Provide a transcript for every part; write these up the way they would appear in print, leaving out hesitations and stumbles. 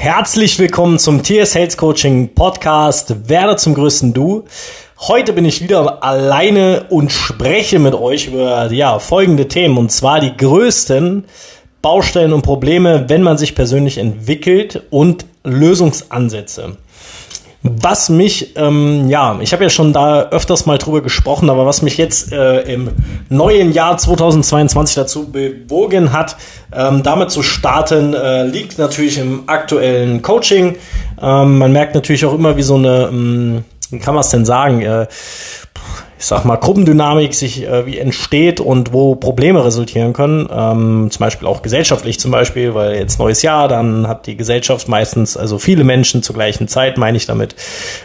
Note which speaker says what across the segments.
Speaker 1: Herzlich willkommen zum TS Sales Coaching Podcast. Werde zum größten Du. Heute bin ich wieder alleine und spreche mit euch über folgende Themen, und zwar die größten Baustellen und Probleme, wenn man sich persönlich entwickelt, und Lösungsansätze. Was mich, ich habe ja schon da öfters mal drüber gesprochen, aber was mich jetzt im neuen Jahr 2022 dazu bewogen hat, damit zu starten, liegt natürlich im aktuellen Coaching. Man merkt natürlich auch immer, wie so eine, wie kann man es denn sagen, Gruppendynamik sich wie entsteht und wo Probleme resultieren können, zum Beispiel auch gesellschaftlich weil jetzt neues Jahr, dann hat die Gesellschaft meistens, also viele Menschen zur gleichen Zeit, meine ich damit,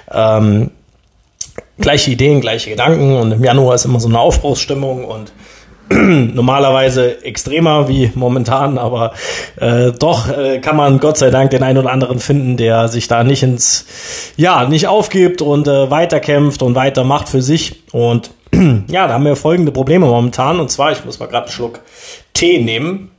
Speaker 1: gleiche Ideen, gleiche Gedanken, und im Januar ist immer so eine Aufbruchsstimmung und normalerweise extremer wie momentan, aber doch kann man Gott sei Dank den einen oder anderen finden, der sich da nicht nicht aufgibt und weiterkämpft und weitermacht für sich. Und da haben wir folgende Probleme momentan, und zwar, ich muss mal gerade einen Schluck Tee nehmen,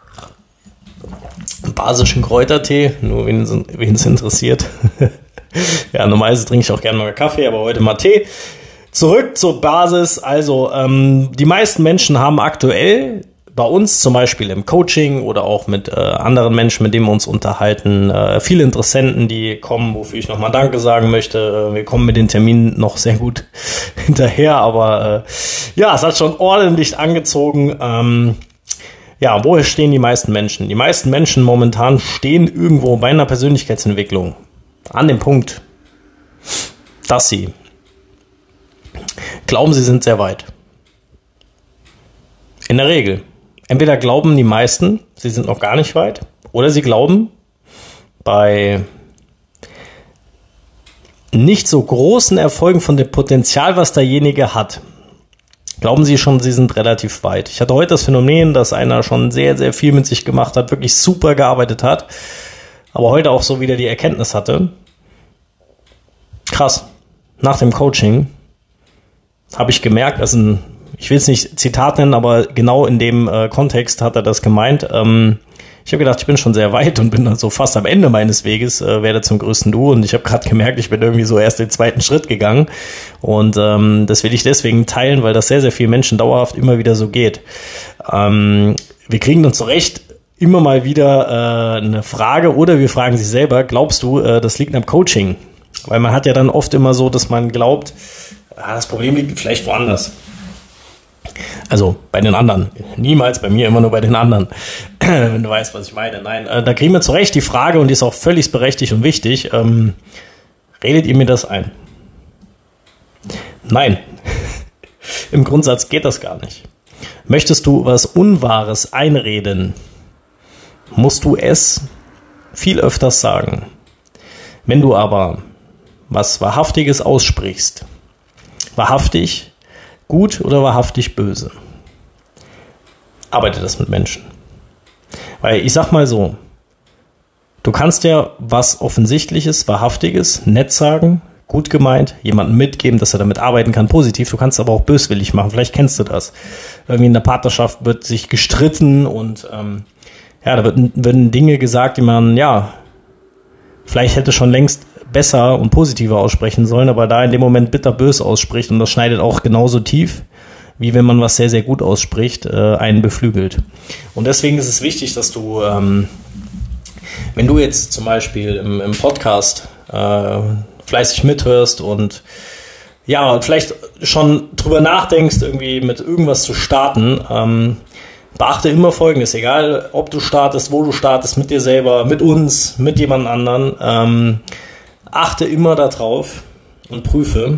Speaker 1: basischen Kräutertee, nur wen es interessiert. Normalerweise trinke ich auch gerne mal Kaffee, aber heute mal Tee. Zurück zur Basis. Also die meisten Menschen haben aktuell bei uns zum Beispiel im Coaching oder auch mit anderen Menschen, mit denen wir uns unterhalten, viele Interessenten, die kommen, wofür ich nochmal Danke sagen möchte. Wir kommen mit den Terminen noch sehr gut hinterher, aber es hat schon ordentlich angezogen. Woher stehen die meisten Menschen? Die meisten Menschen momentan stehen irgendwo bei einer Persönlichkeitsentwicklung an dem Punkt, dass sie glauben, sie sind sehr weit. In der Regel. Entweder glauben die meisten, sie sind noch gar nicht weit, oder sie glauben, bei nicht so großen Erfolgen von dem Potenzial, was derjenige hat, glauben sie schon, sie sind relativ weit. Ich hatte heute das Phänomen, dass einer schon sehr, sehr viel mit sich gemacht hat, wirklich super gearbeitet hat, aber heute auch so wieder die Erkenntnis hatte. Krass. Nach dem Coaching habe ich gemerkt, ich will es nicht Zitat nennen, aber genau in dem Kontext hat er das gemeint. Ich habe gedacht, ich bin schon sehr weit und bin dann so fast am Ende meines Weges, werde zum größten Du, und ich habe gerade gemerkt, ich bin irgendwie so erst den zweiten Schritt gegangen, und das will ich deswegen teilen, weil das sehr, sehr vielen Menschen dauerhaft immer wieder so geht. Wir kriegen uns zurecht immer mal wieder eine Frage, oder wir fragen sich selber, glaubst du, das liegt am Coaching? Weil man hat ja dann oft immer so, dass man glaubt, das Problem liegt vielleicht woanders. Also bei den anderen. Niemals bei mir, immer nur bei den anderen. Wenn du weißt, was ich meine. Nein, da kriegen wir zurecht die Frage, und die ist auch völlig berechtigt und wichtig. Redet ihr mir das ein? Nein. Im Grundsatz geht das gar nicht. Möchtest du was Unwahres einreden, musst du es viel öfters sagen. Wenn du aber was Wahrhaftiges aussprichst, wahrhaftig gut oder wahrhaftig böse, arbeite das mit Menschen. Weil ich sag mal so, du kannst ja was Offensichtliches, Wahrhaftiges, nett sagen, gut gemeint, jemandem mitgeben, dass er damit arbeiten kann, positiv. Du kannst es aber auch böswillig machen, vielleicht kennst du das. Irgendwie in der Partnerschaft wird sich gestritten, und da werden Dinge gesagt, die man, vielleicht hätte schon längst besser und positiver aussprechen sollen, aber da in dem Moment bitterbös ausspricht, und das schneidet auch genauso tief, wie wenn man was sehr, sehr gut ausspricht, einen beflügelt. Und deswegen ist es wichtig, dass du, wenn du jetzt zum Beispiel im Podcast fleißig mithörst und vielleicht schon drüber nachdenkst, irgendwie mit irgendwas zu starten, beachte immer Folgendes, egal ob du startest, wo du startest, mit dir selber, mit uns, mit jemand anderen, achte immer darauf und prüfe,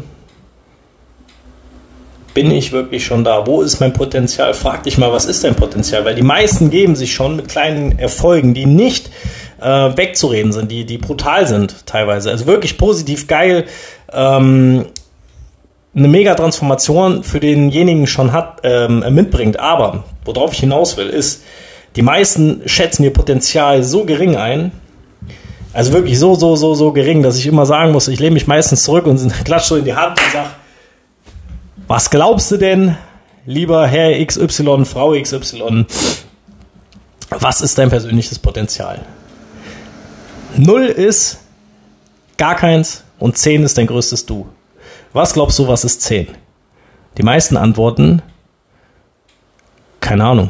Speaker 1: bin ich wirklich schon da? Wo ist mein Potenzial? Frag dich mal, was ist dein Potenzial? Weil die meisten geben sich schon mit kleinen Erfolgen, die nicht wegzureden sind, die brutal sind teilweise. Also wirklich positiv geil, eine Mega-Transformation für denjenigen schon mitbringt. Aber worauf ich hinaus will, ist, die meisten schätzen ihr Potenzial so gering ein, also wirklich so gering, dass ich immer sagen muss, ich lehne mich meistens zurück und klatsche so in die Hand und sage, was glaubst du denn, lieber Herr XY, Frau XY, was ist dein persönliches Potenzial? 0 ist gar keins und 10 ist dein größtes Du. Was glaubst du, was ist 10? Die meisten antworten, keine Ahnung.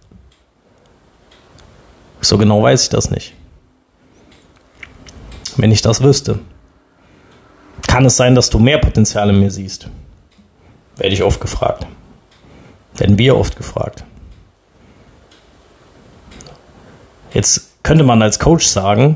Speaker 1: So genau weiß ich das nicht. Wenn ich das wüsste, kann es sein, dass du mehr Potenzial in mir siehst? Werde ich oft gefragt. Werden wir oft gefragt. Jetzt könnte man als Coach sagen,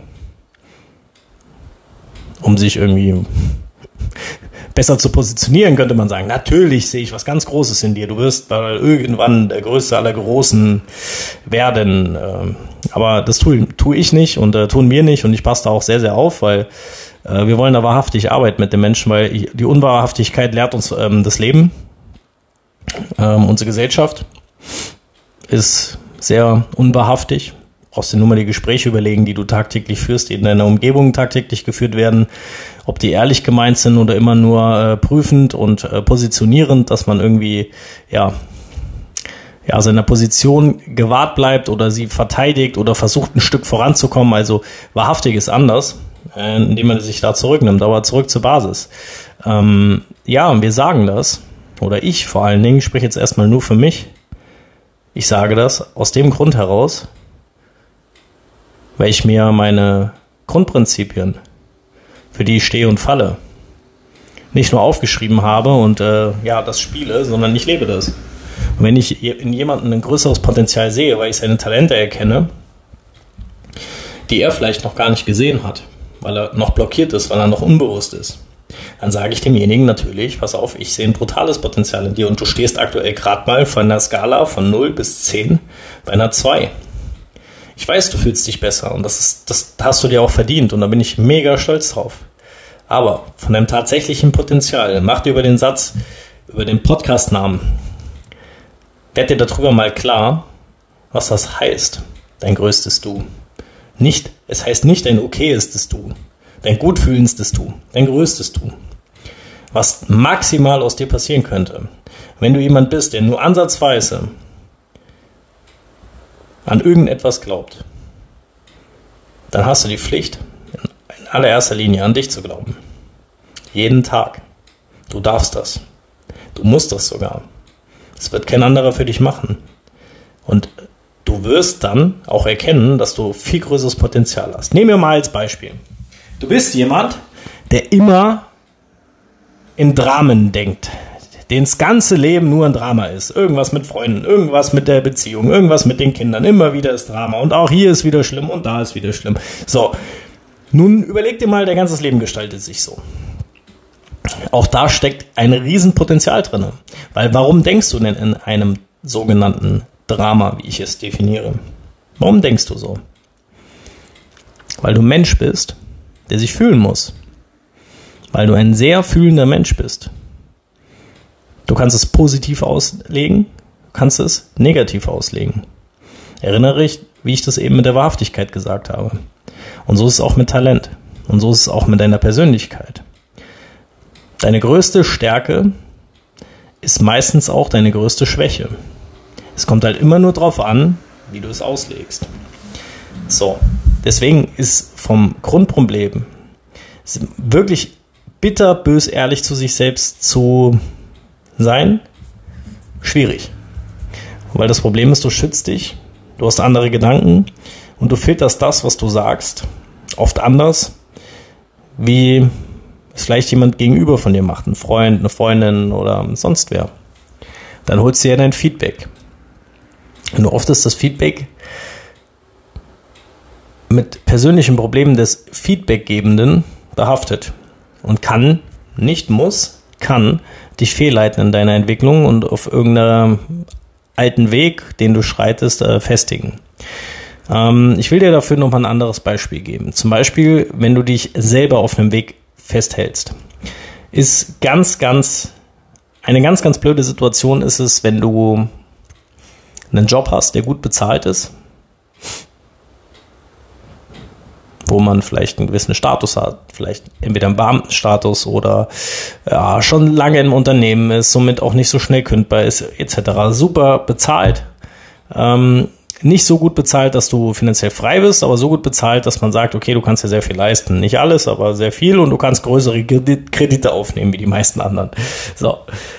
Speaker 1: um sich irgendwie besser zu positionieren, könnte man sagen, natürlich sehe ich was ganz Großes in dir. Du wirst irgendwann der Größte aller Großen werden. Aber das tue ich nicht und tun wir nicht. Und ich passe da auch sehr, sehr auf, weil wir wollen da wahrhaftig arbeiten mit den Menschen, weil die Unwahrhaftigkeit lehrt uns das Leben. Unsere Gesellschaft ist sehr unwahrhaftig. Du brauchst dir nur mal die Gespräche überlegen, die du tagtäglich führst, die in deiner Umgebung tagtäglich geführt werden, ob die ehrlich gemeint sind oder immer nur prüfend und positionierend, dass man irgendwie seiner Position gewahrt bleibt oder sie verteidigt oder versucht, ein Stück voranzukommen. Also wahrhaftig ist anders, indem man sich da zurücknimmt, aber zurück zur Basis. Wir sagen das, oder ich vor allen Dingen, ich spreche jetzt erstmal nur für mich. Ich sage das aus dem Grund heraus, weil ich mir meine Grundprinzipien, für die ich stehe und falle, nicht nur aufgeschrieben habe und das spiele, sondern ich lebe das. Und wenn ich in jemandem ein größeres Potenzial sehe, weil ich seine Talente erkenne, die er vielleicht noch gar nicht gesehen hat, weil er noch blockiert ist, weil er noch unbewusst ist, dann sage ich demjenigen natürlich, pass auf, ich sehe ein brutales Potenzial in dir und du stehst aktuell gerade mal von einer Skala von 0 bis 10 bei einer 2. Ich weiß, du fühlst dich besser und das hast du dir auch verdient und da bin ich mega stolz drauf. Aber von deinem tatsächlichen Potenzial, mach dir über den Satz, über den Podcast-Namen, werd dir darüber mal klar, was das heißt, dein größtes Du. Es heißt nicht dein okayestes Du, dein gutfühlendstes Du, dein größtes Du. Was maximal aus dir passieren könnte, wenn du jemand bist, der nur ansatzweise an irgendetwas glaubt, dann hast du die Pflicht, in allererster Linie an dich zu glauben. Jeden Tag. Du darfst das. Du musst das sogar. Das wird kein anderer für dich machen. Und du wirst dann auch erkennen, dass du viel größeres Potenzial hast. Nehmen wir mal als Beispiel. Du bist jemand, der immer in Dramen denkt, den das ganze Leben nur ein Drama ist. Irgendwas mit Freunden, irgendwas mit der Beziehung, irgendwas mit den Kindern. Immer wieder ist Drama und auch hier ist wieder schlimm und da ist wieder schlimm. So, nun überleg dir mal, dein ganzes Leben gestaltet sich so. Auch da steckt ein Riesenpotenzial drin. Weil warum denkst du denn in einem sogenannten Drama, wie ich es definiere? Warum denkst du so? Weil du ein Mensch bist, der sich fühlen muss. Weil du ein sehr fühlender Mensch bist. Du kannst es positiv auslegen, du kannst es negativ auslegen. Erinnere dich, wie ich das eben mit der Wahrhaftigkeit gesagt habe. Und so ist es auch mit Talent. Und so ist es auch mit deiner Persönlichkeit. Deine größte Stärke ist meistens auch deine größte Schwäche. Es kommt halt immer nur drauf an, wie du es auslegst. So, deswegen ist vom Grundproblem wirklich bitterbös ehrlich zu sich selbst zu sein schwierig. Weil das Problem ist, du schützt dich, du hast andere Gedanken und du filterst das, was du sagst, oft anders, wie es vielleicht jemand gegenüber von dir macht, ein Freund, eine Freundin oder sonst wer. Dann holst du dir dein Feedback. Und oft ist das Feedback mit persönlichen Problemen des Feedbackgebenden behaftet und kann dich fehlleiten in deiner Entwicklung und auf irgendeinem alten Weg, den du schreitest, festigen. Ich will dir dafür noch mal ein anderes Beispiel geben. Zum Beispiel, wenn du dich selber auf einem Weg festhältst. Ist eine ganz blöde Situation ist es, wenn du einen Job hast, der gut bezahlt ist, wo man vielleicht einen gewissen Status hat, vielleicht entweder einen Beamtenstatus oder schon lange im Unternehmen ist, somit auch nicht so schnell kündbar ist, etc. Super bezahlt, nicht so gut bezahlt, dass du finanziell frei bist, aber so gut bezahlt, dass man sagt, okay, du kannst dir sehr viel leisten. Nicht alles, aber sehr viel und du kannst größere Kredite aufnehmen, wie die meisten anderen. So,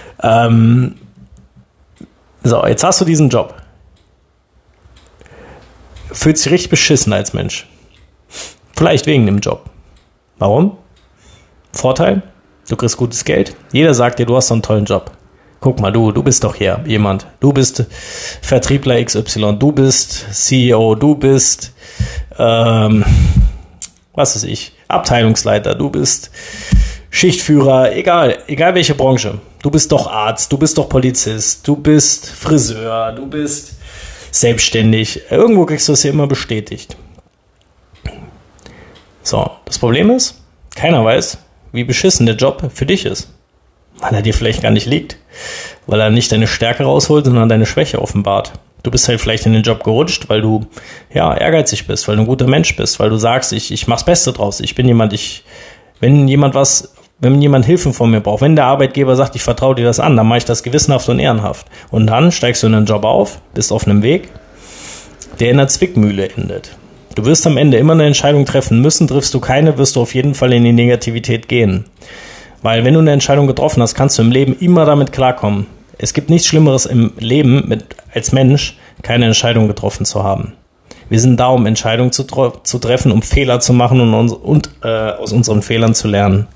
Speaker 1: jetzt hast du diesen Job. Fühlst dich richtig beschissen als Mensch. Vielleicht wegen dem Job. Warum? Vorteil? Du kriegst gutes Geld. Jeder sagt dir, du hast so einen tollen Job. Guck mal, du bist doch hier jemand. Du bist Vertriebler XY, du bist CEO, du bist, was weiß ich, Abteilungsleiter, du bist Schichtführer, egal welche Branche. Du bist doch Arzt, du bist doch Polizist, du bist Friseur, du bist selbstständig. Irgendwo kriegst du es ja immer bestätigt. So, das Problem ist, keiner weiß, wie beschissen der Job für dich ist. Weil er dir vielleicht gar nicht liegt. Weil er nicht deine Stärke rausholt, sondern deine Schwäche offenbart. Du bist halt vielleicht in den Job gerutscht, weil du ehrgeizig bist, weil du ein guter Mensch bist, weil du sagst, ich mach's Beste draus. Ich bin jemand, wenn jemand Hilfe von mir braucht, wenn der Arbeitgeber sagt, ich vertraue dir das an, dann mache ich das gewissenhaft und ehrenhaft. Und dann steigst du in den Job auf, bist auf einem Weg, der in einer Zwickmühle endet. Du wirst am Ende immer eine Entscheidung treffen müssen, triffst du keine, wirst du auf jeden Fall in die Negativität gehen. Weil wenn du eine Entscheidung getroffen hast, kannst du im Leben immer damit klarkommen. Es gibt nichts Schlimmeres im Leben, als Mensch keine Entscheidung getroffen zu haben. Wir sind da, um Entscheidungen zu treffen, um Fehler zu machen und aus unseren Fehlern zu lernen.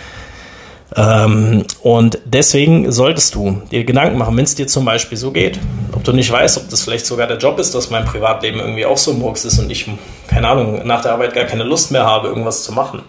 Speaker 1: Und deswegen solltest du dir Gedanken machen, wenn es dir zum Beispiel so geht, ob du nicht weißt, ob das vielleicht sogar der Job ist, dass mein Privatleben irgendwie auch so im Murks ist und ich, keine Ahnung, nach der Arbeit gar keine Lust mehr habe, irgendwas zu machen.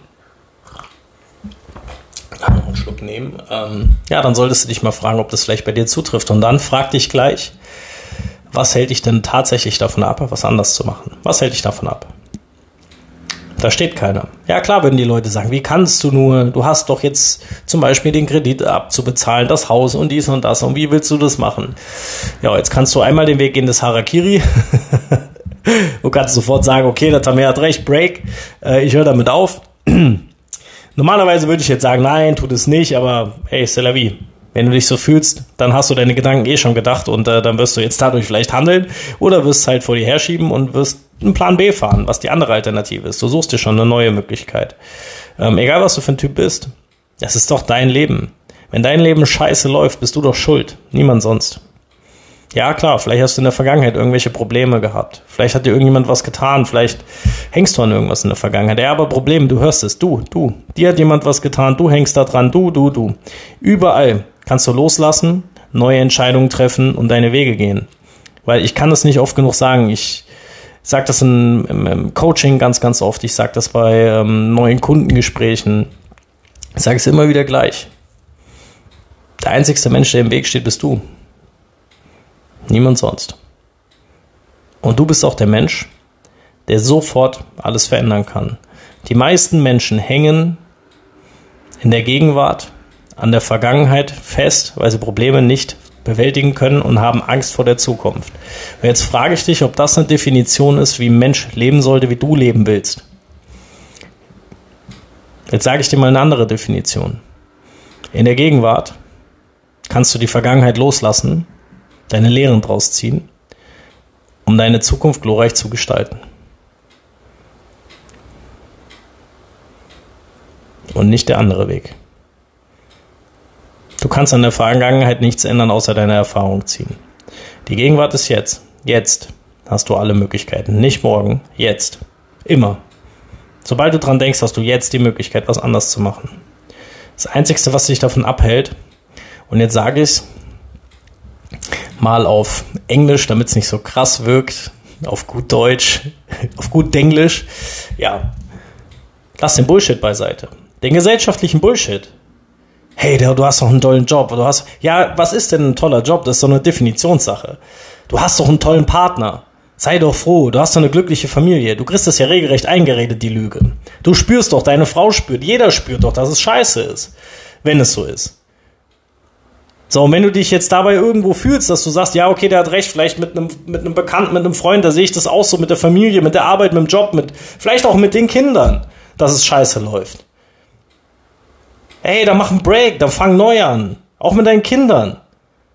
Speaker 1: Noch einen Schluck nehmen. Dann solltest du dich mal fragen, ob das vielleicht bei dir zutrifft. Und dann frag dich gleich, was hält dich denn tatsächlich davon ab, was anders zu machen? Was hält dich davon ab? Da steht keiner. Ja klar, würden die Leute sagen, wie kannst du nur, du hast doch jetzt zum Beispiel den Kredit abzubezahlen, das Haus und dies und das und wie willst du das machen? Ja, jetzt kannst du einmal den Weg gehen des Harakiri. Du kannst sofort sagen, okay, der Tamer hat recht, Break, ich höre damit auf. Normalerweise würde ich jetzt sagen, nein, tu das nicht, aber hey, c'est la vie. Wenn du dich so fühlst, dann hast du deine Gedanken schon gedacht und dann wirst du jetzt dadurch vielleicht handeln oder wirst halt vor dir herschieben und wirst einen Plan B fahren, was die andere Alternative ist. Du suchst dir schon eine neue Möglichkeit. Egal, was du für ein Typ bist, das ist doch dein Leben. Wenn dein Leben scheiße läuft, bist du doch schuld. Niemand sonst. Ja, klar, vielleicht hast du in der Vergangenheit irgendwelche Probleme gehabt. Vielleicht hat dir irgendjemand was getan, vielleicht hängst du an irgendwas in der Vergangenheit. Ja, aber Problem, du hörst es, du. Dir hat jemand was getan, du hängst da dran, du. Überall kannst du loslassen, neue Entscheidungen treffen und deine Wege gehen. Weil ich kann das nicht oft genug sagen. Ich sage das im Coaching ganz, ganz oft. Ich sage das bei neuen Kundengesprächen. Ich sage es immer wieder gleich. Der einzigste Mensch, der im Weg steht, bist du. Niemand sonst. Und du bist auch der Mensch, der sofort alles verändern kann. Die meisten Menschen hängen in der Gegenwart an der Vergangenheit fest, weil sie Probleme nicht bewältigen können und haben Angst vor der Zukunft. Und jetzt frage ich dich, ob das eine Definition ist, wie ein Mensch leben sollte, wie du leben willst. Jetzt sage ich dir mal eine andere Definition. In der Gegenwart kannst du die Vergangenheit loslassen, deine Lehren draus ziehen, um deine Zukunft glorreich zu gestalten. Und nicht der andere Weg. Du kannst an der Vergangenheit nichts ändern, außer deine Erfahrung ziehen. Die Gegenwart ist jetzt. Jetzt hast du alle Möglichkeiten. Nicht morgen, jetzt. Immer. Sobald du dran denkst, hast du jetzt die Möglichkeit, was anders zu machen. Das Einzige, was dich davon abhält, und jetzt sage ich es mal auf Englisch, damit es nicht so krass wirkt, auf gut Deutsch, auf gut Denglisch, ja, lass den Bullshit beiseite. Den gesellschaftlichen Bullshit. Hey, du hast doch einen tollen Job. Was ist denn ein toller Job? Das ist doch eine Definitionssache. Du hast doch einen tollen Partner. Sei doch froh, du hast doch eine glückliche Familie. Du kriegst das ja regelrecht eingeredet, die Lüge. Du spürst doch, deine Frau spürt, jeder spürt doch, dass es scheiße ist, wenn es so ist. So, und wenn du dich jetzt dabei irgendwo fühlst, dass du sagst, ja, okay, der hat recht, vielleicht mit einem Bekannten, mit einem Freund, da sehe ich das auch so, mit der Familie, mit der Arbeit, mit dem Job, vielleicht auch mit den Kindern, dass es scheiße läuft. Hey, dann mach einen Break, dann fang neu an. Auch mit deinen Kindern.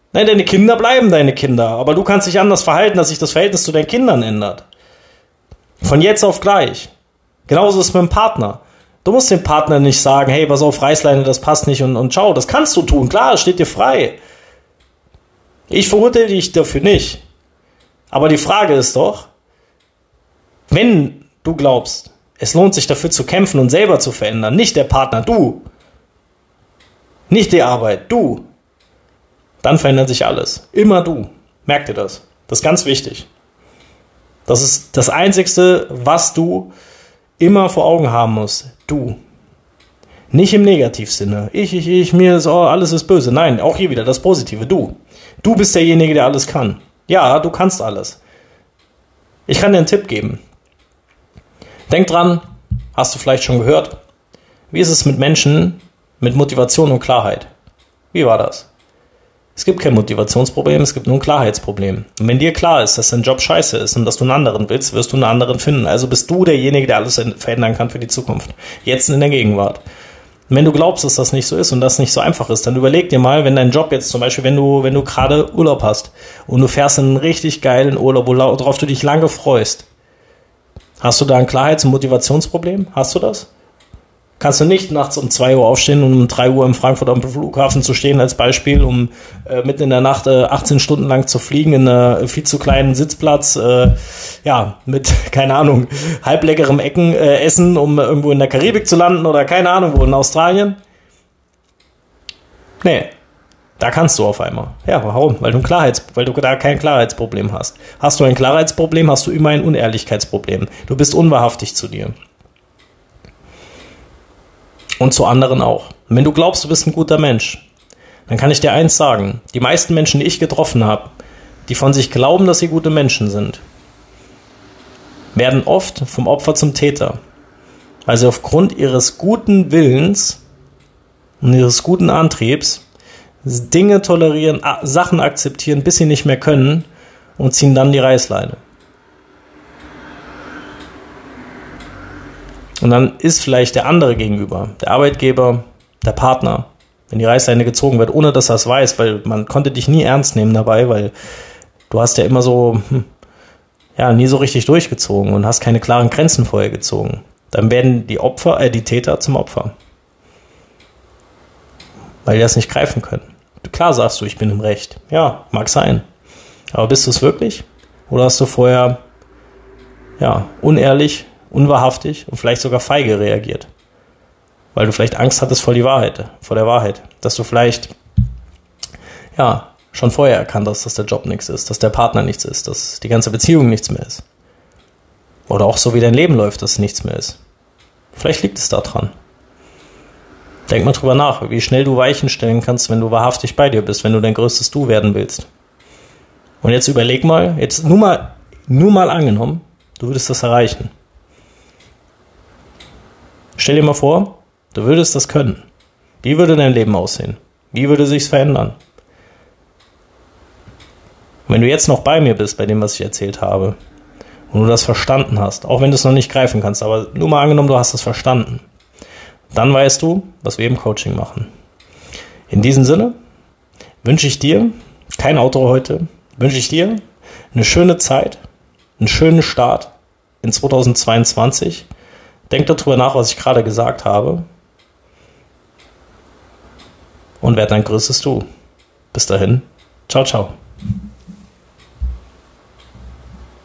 Speaker 1: Nein, deine Kinder bleiben deine Kinder, aber du kannst dich anders verhalten, dass sich das Verhältnis zu deinen Kindern ändert. Von jetzt auf gleich. Genauso ist es mit dem Partner. Du musst dem Partner nicht sagen, hey, pass auf, Reißleine, das passt nicht und ciao. Das kannst du tun, klar, das steht dir frei. Ich verurteile dich dafür nicht. Aber die Frage ist doch, wenn du glaubst, es lohnt sich dafür zu kämpfen und selber zu verändern, nicht der Partner, du. Nicht die Arbeit, du. Dann verändert sich alles. Immer du. Merk dir das. Das ist ganz wichtig. Das ist das Einzigste, was du immer vor Augen haben musst. Du. Nicht im Negativsinne. Ich, mir ist, oh, alles ist böse. Nein, auch hier wieder das Positive. Du. Du bist derjenige, der alles kann. Ja, du kannst alles. Ich kann dir einen Tipp geben. Denk dran, hast du vielleicht schon gehört, wie ist es mit Menschen mit Motivation und Klarheit? Wie war das? Es gibt kein Motivationsproblem, es gibt nur ein Klarheitsproblem. Und wenn dir klar ist, dass dein Job scheiße ist und dass du einen anderen willst, wirst du einen anderen finden. Also bist du derjenige, der alles verändern kann für die Zukunft. Jetzt in der Gegenwart. Und wenn du glaubst, dass das nicht so ist und das nicht so einfach ist, dann überleg dir mal, wenn dein Job jetzt zum Beispiel, wenn du gerade Urlaub hast und du fährst in einen richtig geilen Urlaub, worauf du dich lange freust, hast du da ein Klarheits- und Motivationsproblem? Hast du das? Kannst du nicht nachts um 2 Uhr aufstehen und um 3 Uhr im Frankfurter Flughafen zu stehen als Beispiel, um mitten in der Nacht 18 Stunden lang zu fliegen in einem viel zu kleinen Sitzplatz, mit, keine Ahnung, halbleckerem Essen, um irgendwo in der Karibik zu landen oder keine Ahnung wo, in Australien? Nee, da kannst du auf einmal. Ja, warum? Weil du da kein Klarheitsproblem hast. Hast du ein Klarheitsproblem, hast du immer ein Unehrlichkeitsproblem. Du bist unwahrhaftig zu dir. Und zu anderen auch. Und wenn du glaubst, du bist ein guter Mensch, dann kann ich dir eins sagen. Die meisten Menschen, die ich getroffen habe, die von sich glauben, dass sie gute Menschen sind, werden oft vom Opfer zum Täter. Weil sie aufgrund ihres guten Willens und ihres guten Antriebs Dinge tolerieren, Sachen akzeptieren, bis sie nicht mehr können und ziehen dann die Reißleine. Und dann ist vielleicht der andere gegenüber, der Arbeitgeber, der Partner, wenn die Reißleine gezogen wird, ohne dass er es weiß, weil man konnte dich nie ernst nehmen dabei, weil du hast ja immer so, nie so richtig durchgezogen und hast keine klaren Grenzen vorher gezogen. Dann werden die Täter zum Opfer. Weil die das nicht greifen können. Klar sagst du, ich bin im Recht. Ja, mag sein. Aber bist du es wirklich? Oder hast du vorher, unehrlich, unwahrhaftig und vielleicht sogar feige reagiert. Weil du vielleicht Angst hattest vor der Wahrheit. Dass du vielleicht, schon vorher erkannt hast, dass der Job nichts ist, dass der Partner nichts ist, dass die ganze Beziehung nichts mehr ist. Oder auch so, wie dein Leben läuft, dass es nichts mehr ist. Vielleicht liegt es daran. Denk mal drüber nach, wie schnell du Weichen stellen kannst, wenn du wahrhaftig bei dir bist, wenn du dein größtes Du werden willst. Und jetzt überleg mal, jetzt nur mal angenommen, du würdest das erreichen. Stell dir mal vor, du würdest das können. Wie würde dein Leben aussehen? Wie würde sich's verändern? Und wenn du jetzt noch bei mir bist, bei dem, was ich erzählt habe, und du das verstanden hast, auch wenn du es noch nicht greifen kannst, aber nur mal angenommen, du hast es verstanden, dann weißt du, was wir im Coaching machen. In diesem Sinne wünsche ich dir, kein Outro heute, wünsche ich dir eine schöne Zeit, einen schönen Start in 2022. Denk darüber nach, was ich gerade gesagt habe. Und werd dein größtes Du. Bis dahin. Ciao, ciao.